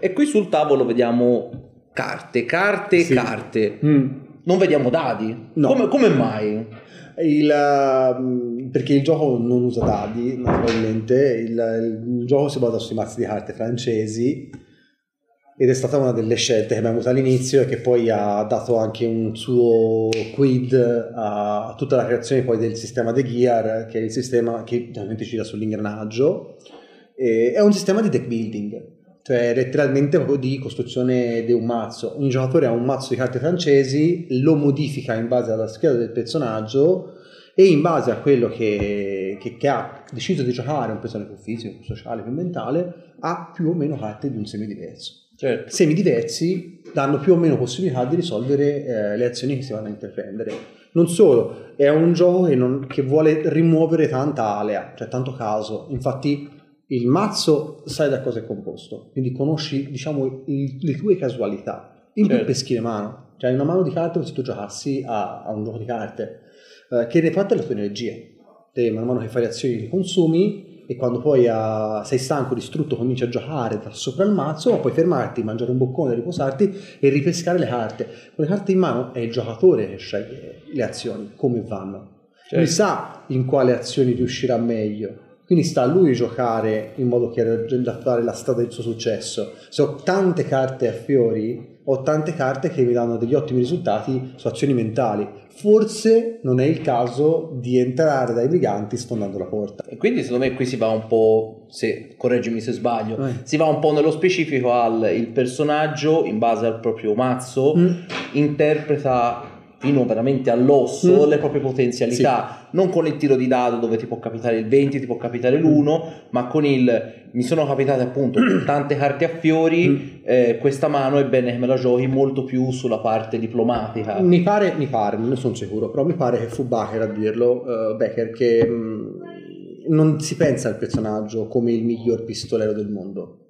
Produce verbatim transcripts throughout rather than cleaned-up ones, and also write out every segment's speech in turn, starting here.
E qui sul tavolo vediamo carte, carte e Sì. carte. Mm. Non vediamo dadi? No. Come, come mai? Il, uh, perché il gioco non usa dadi, naturalmente. Il, il gioco si basa sui mazzi di carte francesi ed è stata una delle scelte che abbiamo avuto all'inizio e che poi ha dato anche un suo quid a tutta la creazione poi del sistema The Gear, che è il sistema che ovviamente gira sull'ingranaggio. E è un sistema di deck building, cioè letteralmente proprio di costruzione di un mazzo. Ogni giocatore ha un mazzo di carte francesi, lo modifica in base alla scheda del personaggio e in base a quello che, che, che ha deciso di giocare, un personaggio più fisico, più sociale, più mentale, ha più o meno carte di un semi diverso. Certo. Semi diversi danno più o meno possibilità di risolvere eh, le azioni che si vanno a intraprendere. Non solo, è un gioco che, non, che vuole rimuovere tanta alea, cioè tanto caso. Infatti il mazzo sai da cosa è composto, quindi conosci, diciamo, il, le tue casualità. In più Certo. peschi le mano, cioè hai una mano di carte come se tu giocassi a, a un gioco di carte eh, che rifatta le tue energie. Te man mano che fai le azioni li consumi e quando poi uh, sei stanco, distrutto, cominci a giocare da sopra il mazzo, ma puoi fermarti, mangiare un boccone, riposarti e ripescare le carte. Con le carte in mano è il giocatore che sceglie le azioni, come vanno. Certo. Lui sa in quale azioni riuscirà meglio. Quindi sta a lui giocare in modo che adattare la strada del suo successo. Se ho tante carte a fiori, ho tante carte che mi danno degli ottimi risultati su azioni mentali. Forse non è il caso di entrare dai briganti sfondando la porta. E quindi secondo me qui si va un po', se correggimi se sbaglio, Eh. si va un po' nello specifico al il personaggio in base al proprio mazzo Mm. interpreta fino veramente all'osso Mm. le proprie potenzialità, non con il tiro di dado dove ti può capitare il venti, ti può capitare l'uno, ma con il mi sono capitate appunto tante carte a fiori, Mm. eh, questa mano è bene che me la giochi molto più sulla parte diplomatica. Mi pare, mi pare, non ne sono sicuro, però mi pare che fu Becker a dirlo, uh, Becker, che mh, non si pensa al personaggio come il miglior pistolero del mondo,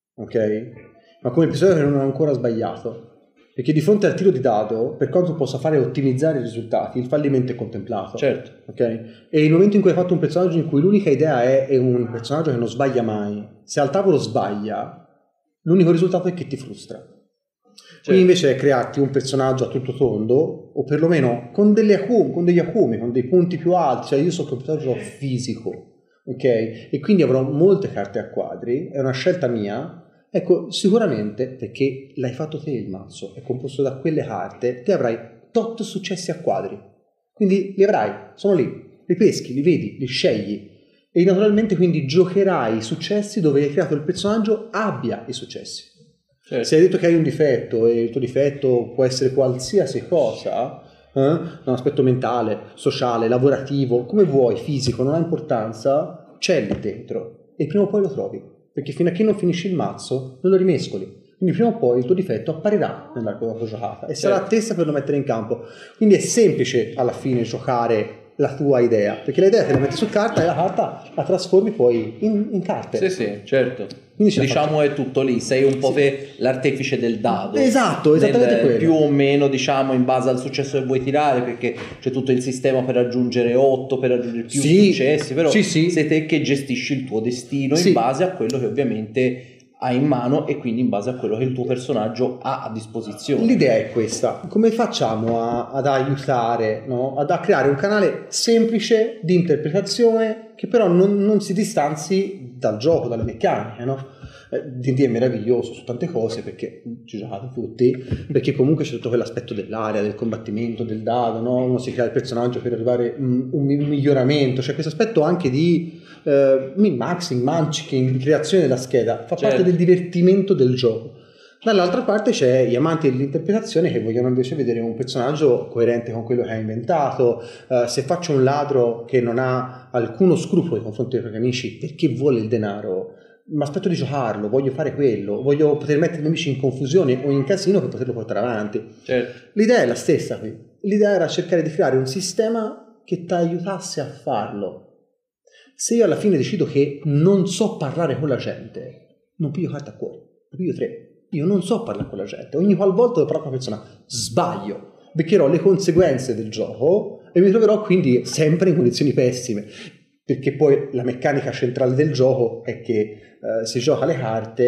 ok? Ma come il pistolero che non ha ancora sbagliato. Perché di fronte al tiro di dado, per quanto possa fare ottimizzare i risultati, il fallimento è contemplato. Certo. Ok? E il momento in cui hai fatto un personaggio in cui l'unica idea è, è un personaggio che non sbaglia mai, se al tavolo sbaglia, l'unico risultato è che ti frustra. Quindi invece è crearti un personaggio a tutto tondo, o perlomeno con, delle acum, con degli acumi, con dei punti più alti. Cioè io so che un personaggio fisico, ok? E quindi avrò molte carte a quadri, è una scelta mia. Ecco, sicuramente perché l'hai fatto te il mazzo, è composto da quelle carte, te avrai tot successi a quadri. Quindi li avrai, sono lì, li peschi, li vedi, li scegli. E naturalmente quindi giocherai i successi dove hai creato il personaggio abbia i successi. Certo. Se hai detto che hai un difetto e il tuo difetto può essere qualsiasi cosa, eh, da un aspetto mentale, sociale, lavorativo, come vuoi, fisico, non ha importanza, c'è lì dentro e prima o poi lo trovi. Perché fino a che non finisci il mazzo non lo rimescoli, quindi prima o poi il tuo difetto apparirà nell'arco della tua giocata e sarà a te per lo mettere in campo. Quindi è semplice alla fine giocare la tua idea, perché l'idea te la metti su carta e la carta la trasformi poi in, in carte. Sì, sì, certo. Quindi diciamo è tutto lì, sei un po' Sì. te l'artefice del dado. Esatto, esattamente quello. Più o meno, diciamo, in base al successo che vuoi tirare, perché c'è tutto il sistema per raggiungere otto, per raggiungere più Sì. successi, però Sì, sì. sei te che gestisci il tuo destino Sì. in base a quello che ovviamente hai in mano e quindi in base a quello che il tuo personaggio ha a disposizione. L'idea è questa: come facciamo a, ad aiutare, no? ad a creare un canale semplice di interpretazione che però non, non si distanzi dal gioco, dalle meccaniche, no? D and D è meraviglioso su tante cose perché ci giocate tutti, perché comunque c'è tutto quell'aspetto dell'area, del combattimento, del dado, no? Uno si crea il personaggio per arrivare a un, un miglioramento, c'è questo aspetto anche di uh, min-maxing, munchkin, di creazione della scheda, fa certo. parte del divertimento del gioco. Dall'altra parte c'è gli amanti dell'interpretazione che vogliono invece vedere un personaggio coerente con quello che ha inventato. Uh, se faccio un ladro che non ha alcuno scrupolo nei confronti dei propri amici perché vuole il denaro, ma aspetto di giocarlo, voglio fare quello, voglio poter mettere i miei amici in confusione o in casino per poterlo portare avanti. Certo. L'idea è la stessa qui. L'idea era cercare di creare un sistema che ti aiutasse a farlo. Se io alla fine decido che non so parlare con la gente, non piglio carta a cuore, ne piglio tre. Io non so parlare con la gente. Ogni qualvolta devo parlare con una persona, sbaglio, beccherò le conseguenze del gioco e mi troverò quindi sempre in condizioni pessime. Perché poi la meccanica centrale del gioco è che Uh, si gioca le carte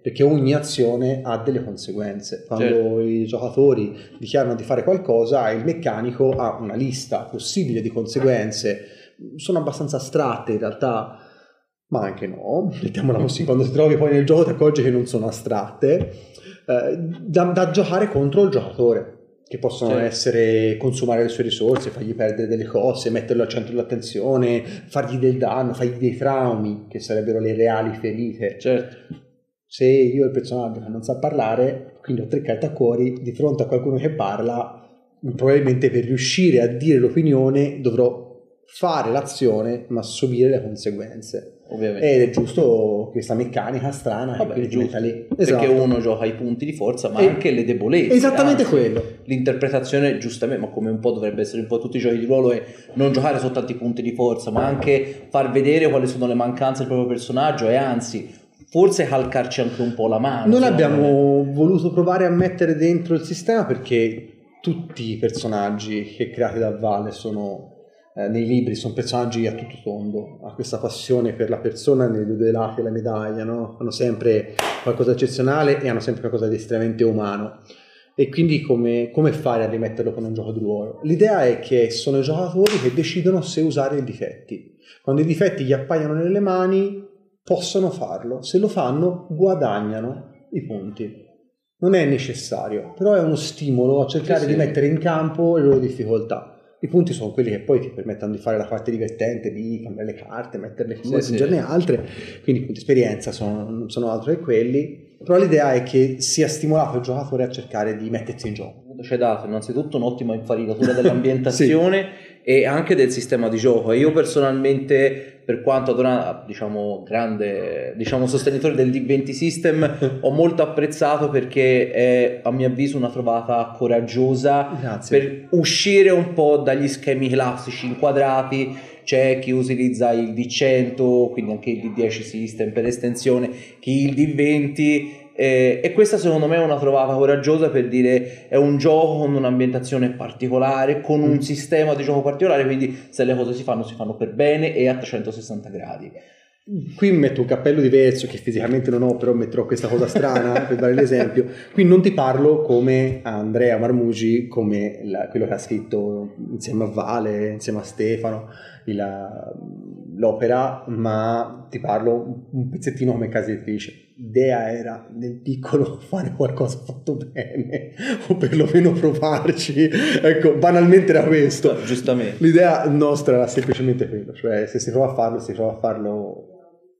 perché ogni azione ha delle conseguenze. Quando certo. i giocatori dichiarano di fare qualcosa, il meccanico ha una lista possibile di conseguenze, sono abbastanza astratte in realtà, ma anche no, mettiamola così, quando ti trovi poi nel gioco ti accorgi che non sono astratte, eh, da, da giocare contro il giocatore, che possono certo. essere consumare le sue risorse, fargli perdere delle cose, metterlo al centro dell'attenzione, fargli del danno, fargli dei traumi, che sarebbero le reali ferite. Certo. Se io il personaggio che non sa parlare, quindi ho tre carte a cuori, di fronte a qualcuno che parla, probabilmente per riuscire a dire l'opinione dovrò fare l'azione ma subire le conseguenze. Ovviamente. Ed è giusto questa meccanica strana. Vabbè, è giusto, lì. perché Esatto. uno gioca i punti di forza ma E anche le debolezze. Esattamente anzi, quello. L'interpretazione giustamente, ma come un po' dovrebbe essere un po' tutti i giochi di ruolo, è non giocare soltanto i punti di forza ma anche far vedere quali sono le mancanze del proprio personaggio e anzi forse calcarci anche un po' la mano. Non abbiamo me. voluto provare a mettere dentro il sistema perché tutti i personaggi che creati da Valle sono eh, nei libri sono personaggi a tutto tondo, ha questa passione per la persona nei due lati della medaglia, no? Hanno sempre qualcosa di eccezionale e hanno sempre qualcosa di estremamente umano, e quindi come, come fare a rimetterlo con un gioco di ruolo? L'idea è che sono i giocatori che decidono se usare i difetti. Quando i difetti gli appaiono nelle mani possono farlo, se lo fanno guadagnano i punti. Non è necessario, però è uno stimolo a cercare sì, di sì. mettere in campo le loro difficoltà. I punti sono quelli che poi ti permettono di fare la parte divertente, di cambiare le carte, metterle fuori, sì, aggiungerne sì. altre, quindi i punti esperienza sono, non sono altro che quelli, però l'idea è che sia stimolato il giocatore a cercare di mettersi in gioco. Ci hai dato innanzitutto un'ottima infarinatura dell'ambientazione sì. e anche del sistema di gioco, e io personalmente, per quanto adora, diciamo grande diciamo sostenitore del D venti System, ho molto apprezzato perché è a mio avviso una trovata coraggiosa. Grazie. Per uscire un po' dagli schemi classici inquadrati. C'è chi utilizza il D cento, quindi anche il D dieci System per estensione, chi il D venti. Eh, e questa secondo me è una trovata coraggiosa per dire è un gioco con un'ambientazione particolare, con un sistema di gioco particolare, quindi se le cose si fanno si fanno per bene e a trecentosessanta gradi. Qui metto un cappello diverso che fisicamente non ho, però metterò questa cosa strana per dare l'esempio. Qui non ti parlo come Andrea Marmugi, come la, quello che ha scritto insieme a Vale, insieme a Stefano la, l'opera, ma ti parlo un pezzettino come casa editrice. L'idea era nel piccolo fare qualcosa fatto bene o perlomeno provarci, ecco, banalmente era questo. No, giustamente l'idea nostra era semplicemente quello, cioè se si prova a farlo si prova a farlo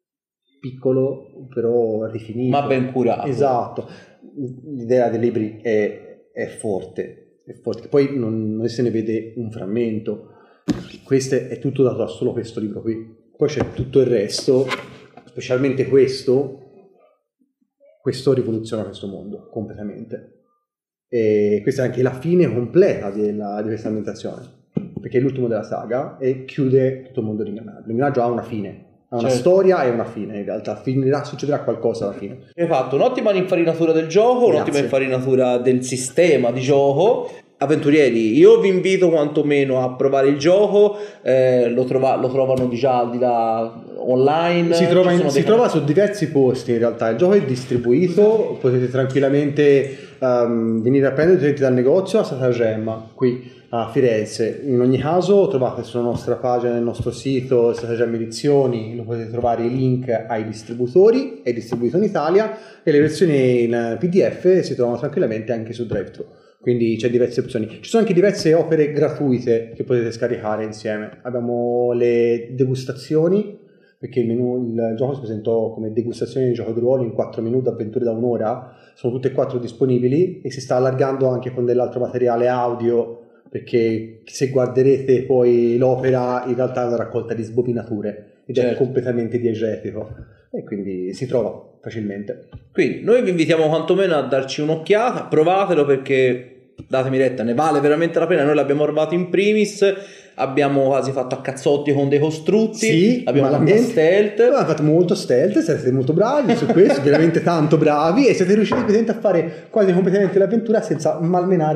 piccolo però rifinito, ma ben curato. Esatto, l'idea dei libri è, è forte, è forte, poi non, non se ne vede un frammento. Questo è tutto dato da solo questo libro qui, poi c'è tutto il resto, specialmente questo questo rivoluziona questo mondo completamente, e questa è anche la fine completa della, di questa ambientazione, perché è l'ultimo della saga e chiude tutto il mondo di Ingranaggio. L'ingranaggio ha una fine, ha una certo. storia e una fine, in realtà finirà, succederà qualcosa alla fine. Hai fatto un'ottima infarinatura del gioco, Grazie. un'ottima infarinatura del sistema di gioco. Avventurieri, io vi invito quantomeno a provare il gioco, eh, lo, trova, lo trovano già al di là online, si, trova, in, si trova su diversi posti in realtà, il gioco è distribuito, potete tranquillamente um, venire a prendere direttamente dal negozio a Stratagemma qui a Firenze. In ogni caso trovate sulla nostra pagina, nel nostro sito Stratagemma Edizioni, lo potete trovare i link ai distributori, è distribuito in Italia, e le versioni in P D F si trovano tranquillamente anche su DriveThru. Quindi c'è diverse opzioni, ci sono anche diverse opere gratuite che potete scaricare insieme. Abbiamo le degustazioni, perché il, menu, il gioco si presentò come degustazione di gioco di ruolo in quattro minuti, avventure da un'ora, sono tutte e quattro disponibili e si sta allargando anche con dell'altro materiale audio, perché se guarderete poi l'opera in realtà è una raccolta di sbobinature ed certo. è completamente diegetico e quindi si trova facilmente. Quindi noi vi invitiamo quantomeno a darci un'occhiata, provatelo perché, datemi retta, ne vale veramente la pena. Noi l'abbiamo provato in primis, abbiamo quasi fatto a cazzotti con dei costrutti, sì, abbiamo fatto stealth, abbiamo fatto molto stealth, siete molto bravi su questo, veramente tanto bravi, e siete riusciti a fare quasi completamente l'avventura senza malmenare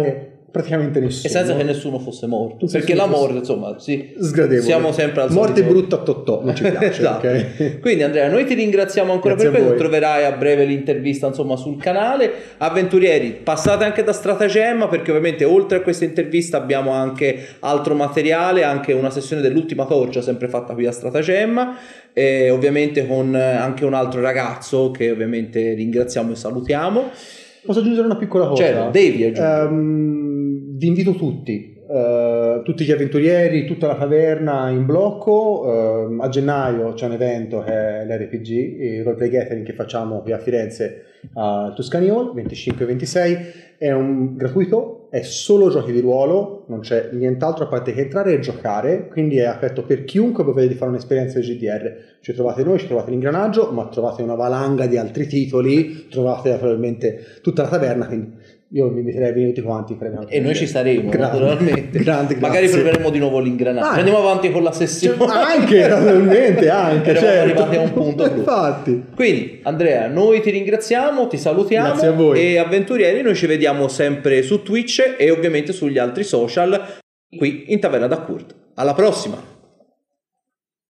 praticamente nessuno. E senza che nessuno fosse morto. Sì, perché sì, la sì, morte, insomma, sì, sgradevole. Siamo sempre al morte solito... brutta a Totò, non ci piace. Esatto. Okay? Quindi Andrea, noi ti ringraziamo ancora Grazie per questo. voi. Troverai a breve l'intervista, insomma, sul canale. Avventurieri, passate anche da Stratagemma, perché ovviamente oltre a questa intervista abbiamo anche altro materiale, anche una sessione dell'ultima torcia sempre fatta qui a Stratagemma, e ovviamente con anche un altro ragazzo che ovviamente ringraziamo e salutiamo. Posso aggiungere una piccola cosa? Certo, devi aggiungere. Um, vi invito tutti, uh, tutti gli avventurieri, tutta la taverna in blocco. Uh, a gennaio c'è un evento che è l'R P G, il Roleplay Gathering che facciamo qui a Firenze al Tuscany Hall, venticinque e ventisei. È un gratuito, è solo giochi di ruolo, non c'è nient'altro a parte che entrare e giocare, quindi è aperto per chiunque voglia di fare un'esperienza di G D R. Ci trovate noi, ci trovate l'ingranaggio, ma trovate una valanga di altri titoli, trovate naturalmente tutta la taverna, quindi io vi inviterei a venire tutti quanti. E noi ci saremo, grande, naturalmente. Grande, magari proveremo di nuovo l'ingranaggio. Ah, andiamo avanti con la sessione. Cioè, anche, naturalmente, anche. Eravamo certo. arrivati a un punto. Infatti. Quindi, Andrea, noi ti ringraziamo, ti salutiamo. Grazie a voi. E avventurieri, noi ci vediamo sempre su Twitch e ovviamente sugli altri social qui in Taverna da Kurt. Alla prossima!